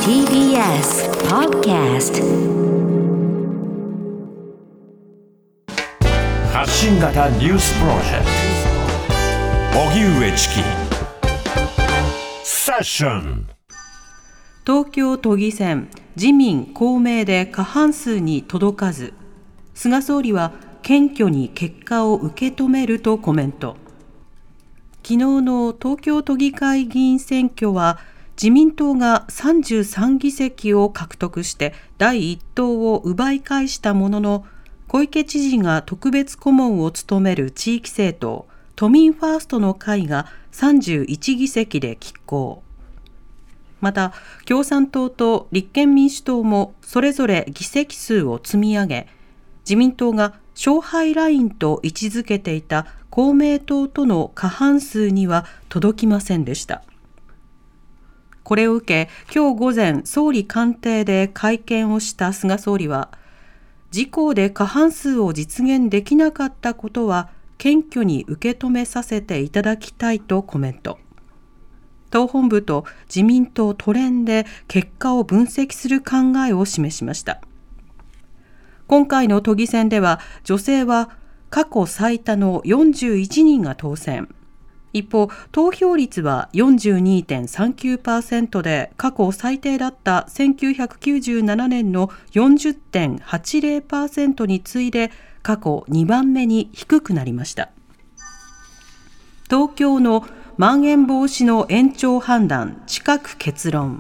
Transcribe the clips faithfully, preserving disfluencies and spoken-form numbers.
ティービーエス Podcast 発信型ニュースプロジェクト荻上チキセッション。 東京都議選、自民公明で過半数に届かず、菅総理は謙虚に結果を受け止めるとコメント。昨日の東京都議会議員選挙は自民党がさんじゅうさんぎせきを獲得してだいいっ党を奪い返したものの、小池知事が特別顧問を務める地域政党都民ファーストの会がさんじゅういちぎせきで拮抗。また共産党と立憲民主党もそれぞれ議席数を積み上げ、自民党が勝敗ラインと位置づけていた公明党との過半数には届きませんでした。これを受け、今日午前総理官邸で会見をした菅総理は、自公で過半数を実現できなかったことは謙虚に受け止めさせていただきたいとコメント。党本部と自民党都連で結果を分析する考えを示しました。今回の都議選では女性は過去最多のよんじゅういちにんが当選。一方、投票率は よんじゅうにてんさんきゅうパーセント で過去最低だったせんきゅうひゃくきゅうじゅうななねんの よんじゅってんはちぜろパーセント に次いで過去にばんめに低くなりました。東京のまん延防止の延長判断、近く結論。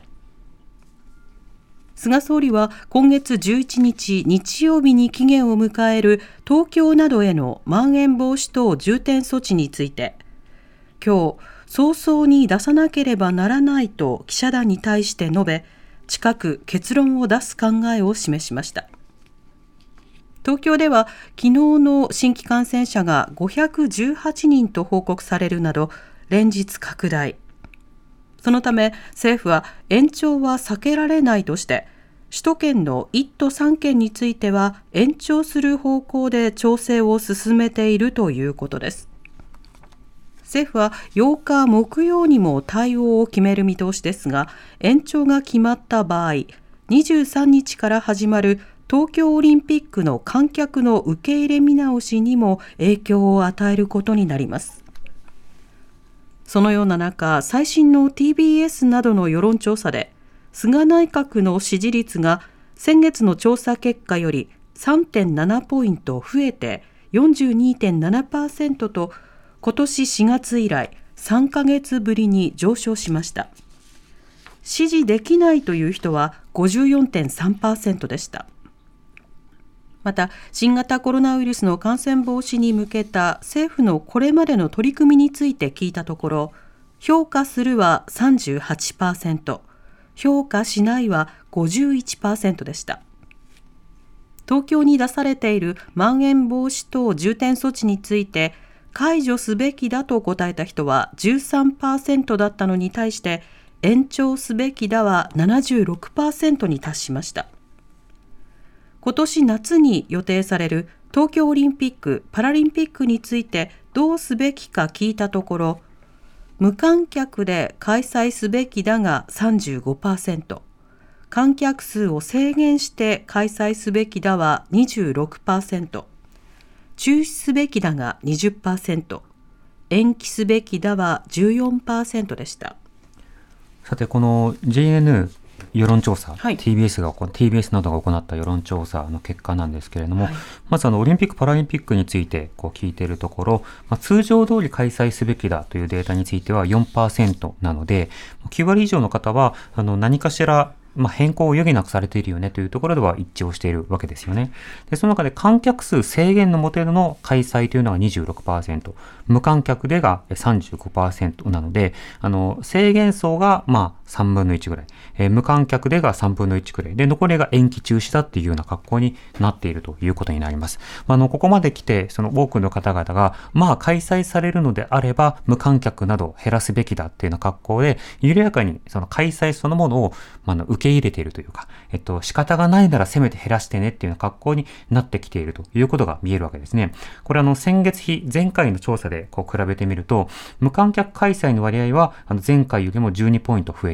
菅総理は今月じゅういちにち日曜日に期限を迎える東京などへのまん延防止等重点措置について、今日早々に出さなければならないと記者団に対して述べ、近く結論を出す考えを示しました。東京では昨日の新規感染者がごひゃくじゅうはちにんと報告されるなど連日拡大。そのため政府は延長は避けられないとして、首都圏のいっ都さんけんについては延長する方向で調整を進めているということです。政府はようか木曜にも対応を決める見通しですが、延長が決まった場合、にじゅうさんにちから始まる東京オリンピックの観客の受け入れ見直しにも影響を与えることになります。そのような中、最新の ティービーエス などの世論調査で、菅内閣の支持率が先月の調査結果より さんてんなな ポイント増えて よんじゅうにてんななパーセント と、今年しがつ以来さんかげつぶりに上昇しました。支持できないという人は ごじゅうよんてんさんパーセント でした。また、新型コロナウイルスの感染防止に向けた政府のこれまでの取り組みについて聞いたところ、評価するは さんじゅうはちパーセント、評価しないは ごじゅういちパーセント でした。東京に出されているまん延防止等重点措置について、解除すべきだと答えた人は じゅうさんパーセント だったのに対して、延長すべきだは ななじゅうろくパーセント に達しました。今年夏に予定される東京オリンピック・パラリンピックについてどうすべきか聞いたところ、無観客で開催すべきだが さんじゅうごパーセント、観客数を制限して開催すべきだは にじゅうろくパーセント、中止すべきだが にじゅっパーセント、延期すべきだは じゅうよんパーセント でした。 さて、この ジェイエヌエー 世論調査、 はい、 ティービーエス が ティービーエス などが行った世論調査の結果なんですけれども、 はい、 まずあのオリンピック・パラリンピックについてこう聞いているところ、まあ、通常通り開催すべきだというデータについては よんパーセント なので、きゅうわり以上の方はあの何かしらまあ、変更を余儀なくされているよねというところでは一致をしているわけですよね。で、その中で観客数制限のもとでの開催というのが にじゅうろくパーセント、無観客でが さんじゅうごパーセント なので、あの制限層がまあさんぶんのいちぐらい、えー、無観客でがさんぶんのいちぐらいで、残りが延期中止だっていうような格好になっているということになります。まあ、あのここまで来てその多くの方々がまあ開催されるのであれば無観客など減らすべきだっていうような格好で、緩やかにその開催そのものを、まあ、受け入れているというか、えっと、仕方がないならせめて減らしてねっていうような格好になってきているということが見えるわけですね。これあの先月比、前回の調査でこう比べてみると、無観客開催の割合はあの前回よりもじゅうにポイント増え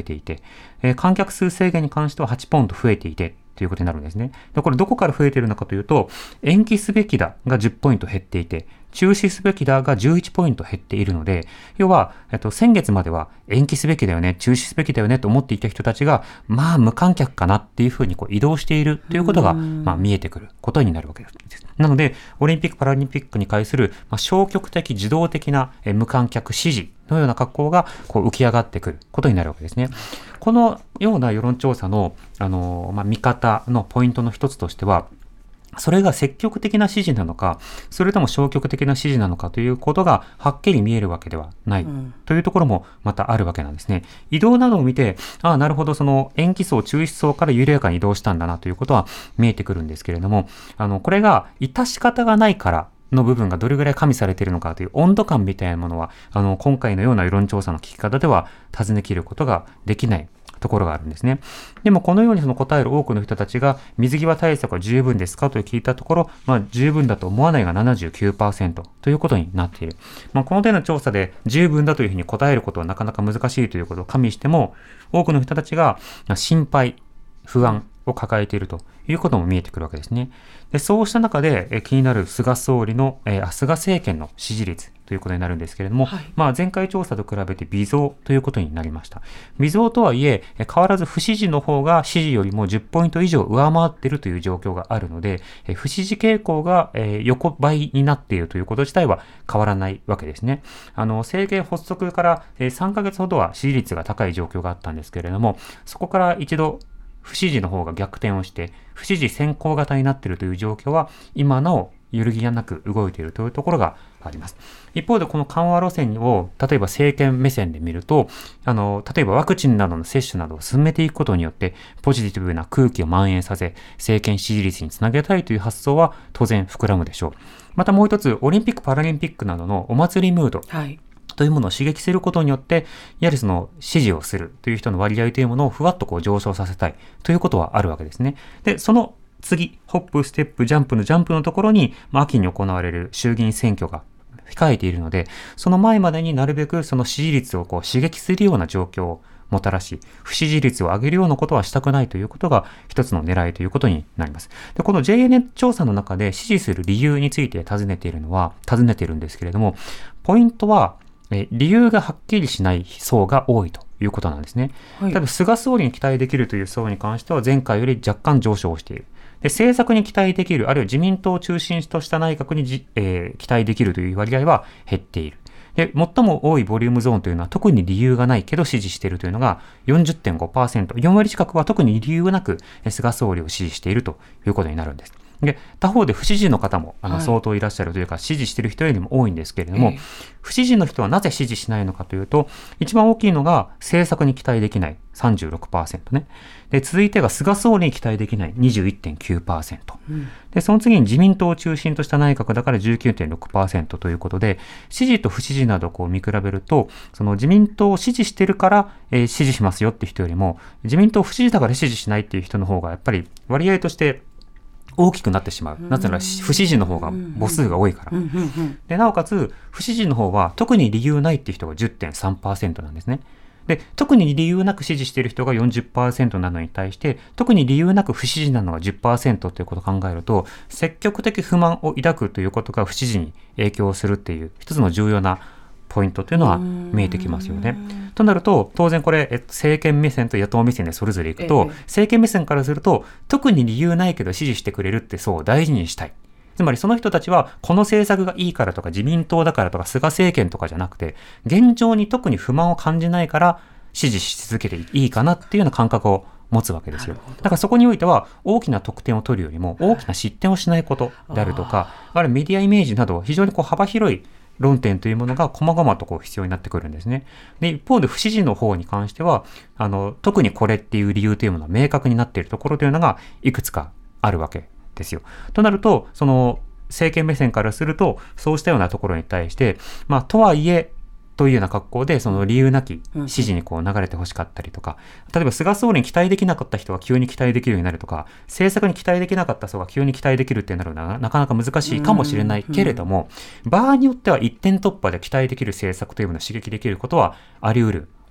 ていて、えー、観客数制限に関してははちポイント増えていて、ということになるんですね。で、これどこから増えているのかというと、延期すべきだがじゅっポイント減っていて、中止すべきだがじゅういちポイント減っているので、要は、えっと、先月までは延期すべきだよね、中止すべきだよねと思っていた人たちが、まあ無観客かなっていうふうにこう移動しているということが、まあ見えてくることになるわけです。なので、オリンピック・パラリンピックに対する、まあ、消極的、受動的なえ無観客支持のような格好がこう浮き上がってくることになるわけですね。このような世論調査の、あの、まあ、見方のポイントの一つとしては、それが積極的な支持なのか、それとも消極的な支持なのかということがはっきり見えるわけではないというところもまたあるわけなんですね。移動などを見て、ああ、なるほど、その延期層、中止層から緩やかに移動したんだなということは見えてくるんですけれども、あの、これが致し方がないからの部分がどれぐらい加味されているのかという温度感みたいなものは、あの、今回のような世論調査の聞き方では尋ね切ることができないところがあるんですね。でもこのようにその答える多くの人たちが水際対策は十分ですかと聞いたところ、まあ、十分だと思わないが ななじゅうきゅうパーセント ということになっている。まあ、この手の調査で十分だというふうに答えることはなかなか難しいということを加味しても、多くの人たちが心配、不安を抱えているということも見えてくるわけですね。で、そうした中でえ気になる菅総理の、えー、菅政権の支持率ということになるんですけれども、はい、まあ前回調査と比べて微増ということになりました。微増とはいえ、変わらず不支持の方が支持よりもじゅっポイント以上上回っているという状況があるので、え不支持傾向が、えー、横ばいになっているということ自体は変わらないわけですね。あの、政権発足から、えー、さんかげつほどは支持率が高い状況があったんですけれども、そこから一度不支持の方が逆転をして、不支持先行型になっているという状況は、今なお揺るぎがなく動いているというところがあります。一方でこの緩和路線を、例えば政権目線で見ると、あの、例えばワクチンなどの接種などを進めていくことによって、ポジティブな空気を蔓延させ、政権支持率につなげたいという発想は当然膨らむでしょう。またもう一つ、オリンピック・パラリンピックなどのお祭りムード。はい、というものを刺激することによって、やはりその支持をするという人の割合というものをふわっとこう上昇させたいということはあるわけですね。で、その次、ホップ、ステップ、ジャンプのジャンプのところに、まあ、秋に行われる衆議院選挙が控えているので、その前までになるべくその支持率をこう刺激するような状況をもたらし、不支持率を上げるようなことはしたくないということが一つの狙いということになります。で、この ジェイエヌエヌ 調査の中で支持する理由について尋ねているのは、尋ねているんですけれども、ポイントは、え理由がはっきりしない層が多いということなんですね。はい、例えば菅総理に期待できるという層に関しては前回より若干上昇している。で、政策に期待できる、あるいは自民党を中心とした内閣にじ、えー、期待できるという割合は減っている。で、最も多いボリュームゾーンというのは特に理由がないけど支持しているというのが よんじゅってんごパーセント、よん割近くは特に理由なく菅総理を支持しているということになるんです。で、他方で不支持の方もあの相当いらっしゃるというか、はい、支持している人よりも多いんですけれども、えー、不支持の人はなぜ支持しないのかというと、一番大きいのが政策に期待できない さんじゅうろくパーセント ね。で、続いてが菅総理に期待できない にじゅういってんきゅうパーセント、うん、で、その次に自民党を中心とした内閣だから じゅうきゅうてんろくパーセント ということで、支持と不支持などをこう見比べると、その自民党を支持しているから、えー、支持しますよって人よりも、自民党不支持だから支持しないっていう人の方がやっぱり割合として大きくなってしまう。なぜなら不支持の方が母数が多いから。で、なおかつ不支持の方は特に理由ないっていう人が じゅってんさんパーセント なんですね。で、特に理由なく支持している人が よんじゅっパーセント なのに対して、特に理由なく不支持なのが じゅっパーセント ということを考えると、積極的不満を抱くということが不支持に影響するっていう一つの重要なポイントというのは見えてきますよね。となると、当然これ、政権目線と野党目線でそれぞれいくと、ええ、政権目線からすると、特に理由ないけど支持してくれるって層を大事にしたい。つまりその人たちは、この政策がいいからとか自民党だからとか菅政権とかじゃなくて、現状に特に不満を感じないから支持し続けていいかなっていうような感覚を持つわけですよ。だからそこにおいては大きな得点を取るよりも大きな失点をしないことであるとか、あるいはメディアイメージなど非常にこう幅広い論点というものが細々とこう必要になってくるんですね。で、一方で不支持の方に関しては、あの、特にこれっていう理由というものは明確になっているところというのがいくつかあるわけですよ。となると、その政権目線からすると、そうしたようなところに対して、まあ、とはいえ、というような格好で、その理由なき支持にこう流れてほしかったりとか、例えば菅総理に期待できなかった人が急に期待できるようになるとか、政策に期待できなかった人が急に期待できるってなるのはなかなか難しいかもしれないけれども、場合によっては一点突破で期待できる政策というものを刺激できることはあり得る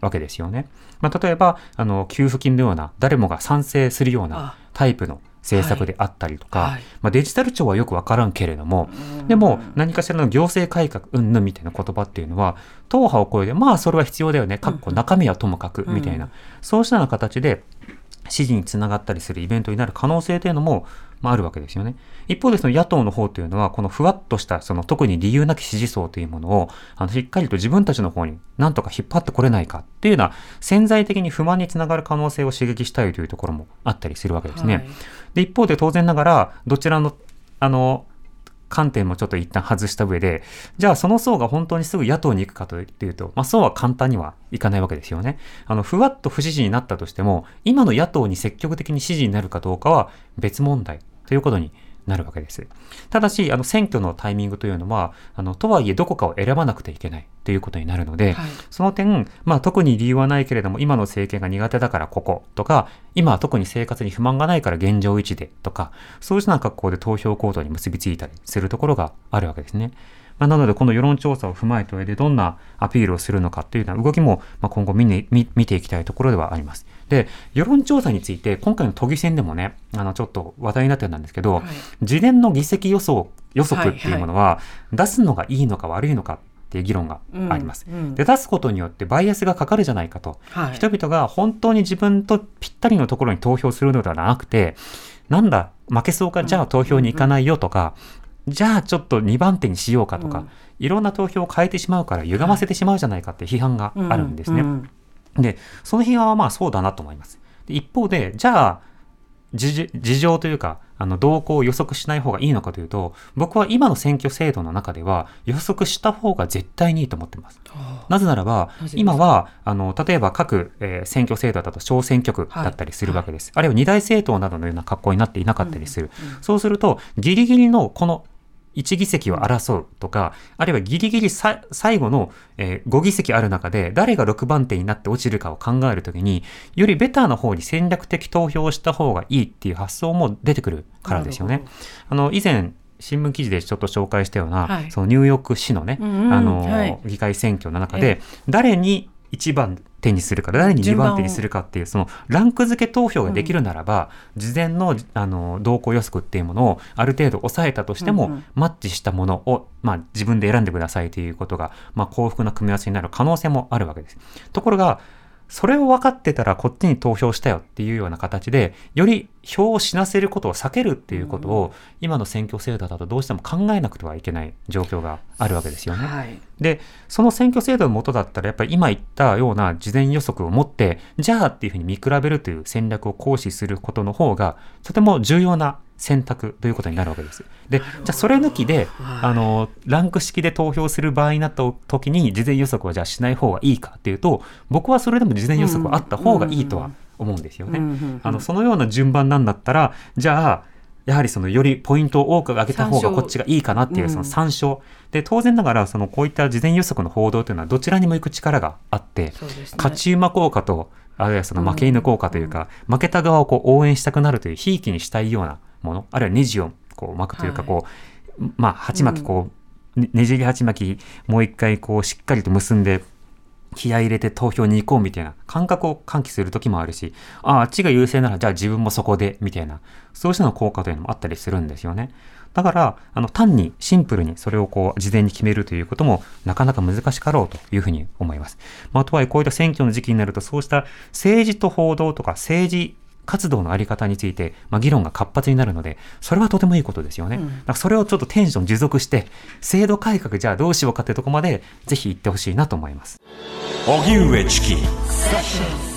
わけですよね。まあ、例えばあの給付金のような誰もが賛成するようなタイプの政策であったりとか、はいはい、まあ、デジタル庁はよくわからんけれども、でも何かしらの行政改革うんぬんみたいな言葉っていうのは党派を超えて、まあそれは必要だよね、かっこ中身はともかくみたいな、うん、そうしたような形で支持につながったりするイベントになる可能性というのも、まあ、あるわけですよね。一方でその野党の方というのはこのふわっとしたその特に理由なき支持層というものをあのしっかりと自分たちの方に何とか引っ張ってこれないかっていうような潜在的に不満につながる可能性を刺激したいというところもあったりするわけですね。はい、で一方で当然ながらどちらのあの観点もちょっと一旦外した上で、じゃあその層が本当にすぐ野党に行くかというと、まあ、そうは簡単にはいかないわけですよね。あのふわっと不支持になったとしても今の野党に積極的に支持になるかどうかは別問題ということになるわけです。ただしあの選挙のタイミングというのはあのとはいえどこかを選ばなくてはいけないということになるので、はい、その点、まあ、特に理由はないけれども今の政権が苦手だからこことか、今は特に生活に不満がないから現状維持でとか、そういうような格好で投票行動に結びついたりするところがあるわけですね。まあ、なのでこの世論調査を踏まえた上でどんなアピールをするのかというような動きも、まあ、今後見ね、見、見ていきたいところではあります。で、世論調査について今回の都議選でもね、あのちょっと話題になってたんですけど、はい、事前の議席予想予測っていうものは出すのがいいのか悪いのかっていう議論があります、うんうん、で出すことによってバイアスがかかるじゃないかと、はい、人々が本当に自分とぴったりのところに投票するのではなくて、なんだ負けそうかじゃあ投票に行かないよとか、うん、じゃあちょっとにばん手にしようかとか、うん、いろんな投票を変えてしまうから歪ませてしまうじゃないかって批判があるんですね、うんうんうん、でその批判はまあそうだなと思います。で一方でじゃあ事情というかあの動向を予測しない方がいいのかというと、僕は今の選挙制度の中では予測した方が絶対にいいと思っています。なぜならば今はあの例えば各、えー、選挙制度だと小選挙区だったりするわけです、はいはい、あるいは二大政党などのような格好になっていなかったりする、うんうん、そうするとギリギリのこのいち議席を争うとか、あるいはギリギリさ最後の、えー、ご議席ある中で誰がろくばん手になって落ちるかを考えるときに、よりベターな方に戦略的投票をした方がいいっていう発想も出てくるからですよね。あの以前新聞記事でちょっと紹介したような、はい、そのニューヨーク市のね、うんうん、あの、はい、議会選挙の中で誰にいちばん手にするか誰ににばん手にするかっていうそのランク付け投票ができるならば、うん、事前の、あの動向予測っていうものをある程度抑えたとしても、うんうん、マッチしたものを、まあ、自分で選んでくださいということが、まあ、幸福な組み合わせになる可能性もあるわけです。ところがそれを分かってたらこっちに投票したよっていうような形でより票を死なせることを避けるっていうことを、うん、今の選挙制度だとどうしても考えなくてはいけない状況があるわけですよね、はい、でその選挙制度の下だったらやっぱり今言ったような事前予測を持ってじゃあっていうふうに見比べるという戦略を行使することの方がとても重要な選択ということになるわけです。で、じゃあそれ抜きで、はい、あのランク式で投票する場合になった時に事前予測はじゃあしない方がいいかっていうと、僕はそれでも事前予測はあった方がいいとは思うんですよね。あのそのような順番なんだったら、じゃあやはりそのよりポイントを多く上げた方がこっちがいいかなっていうその参照、うん、で当然ながらそのこういった事前予測の報道というのはどちらにも行く力があって、そうですね、勝ち馬効果とあるいはその負け犬効果というか、うん、負けた側をこう応援したくなるというひいきにしたいようなもの、あるいはネジをこう巻くというかこう、はい、まあ鉢巻きこう、うん、ねじり鉢巻きもう一回こうしっかりと結んで気合い入れて投票に行こうみたいな感覚を喚起する時もあるし、ああ、あっちが優勢ならじゃあ自分もそこでみたいな、そうしたの効果というのもあったりするんですよね。だからあの単にシンプルにそれをこう事前に決めるということもなかなか難しかろうというふうに思います。まあ、とはいえこういった選挙の時期になるとそうした政治と報道とか政治活動のあり方について、まあ、議論が活発になるので、それはとてもいいことですよね、うん、だからそれをちょっとテンション持続して制度改革じゃあどうしようかというところまでぜひ行ってほしいなと思います。 荻上チキ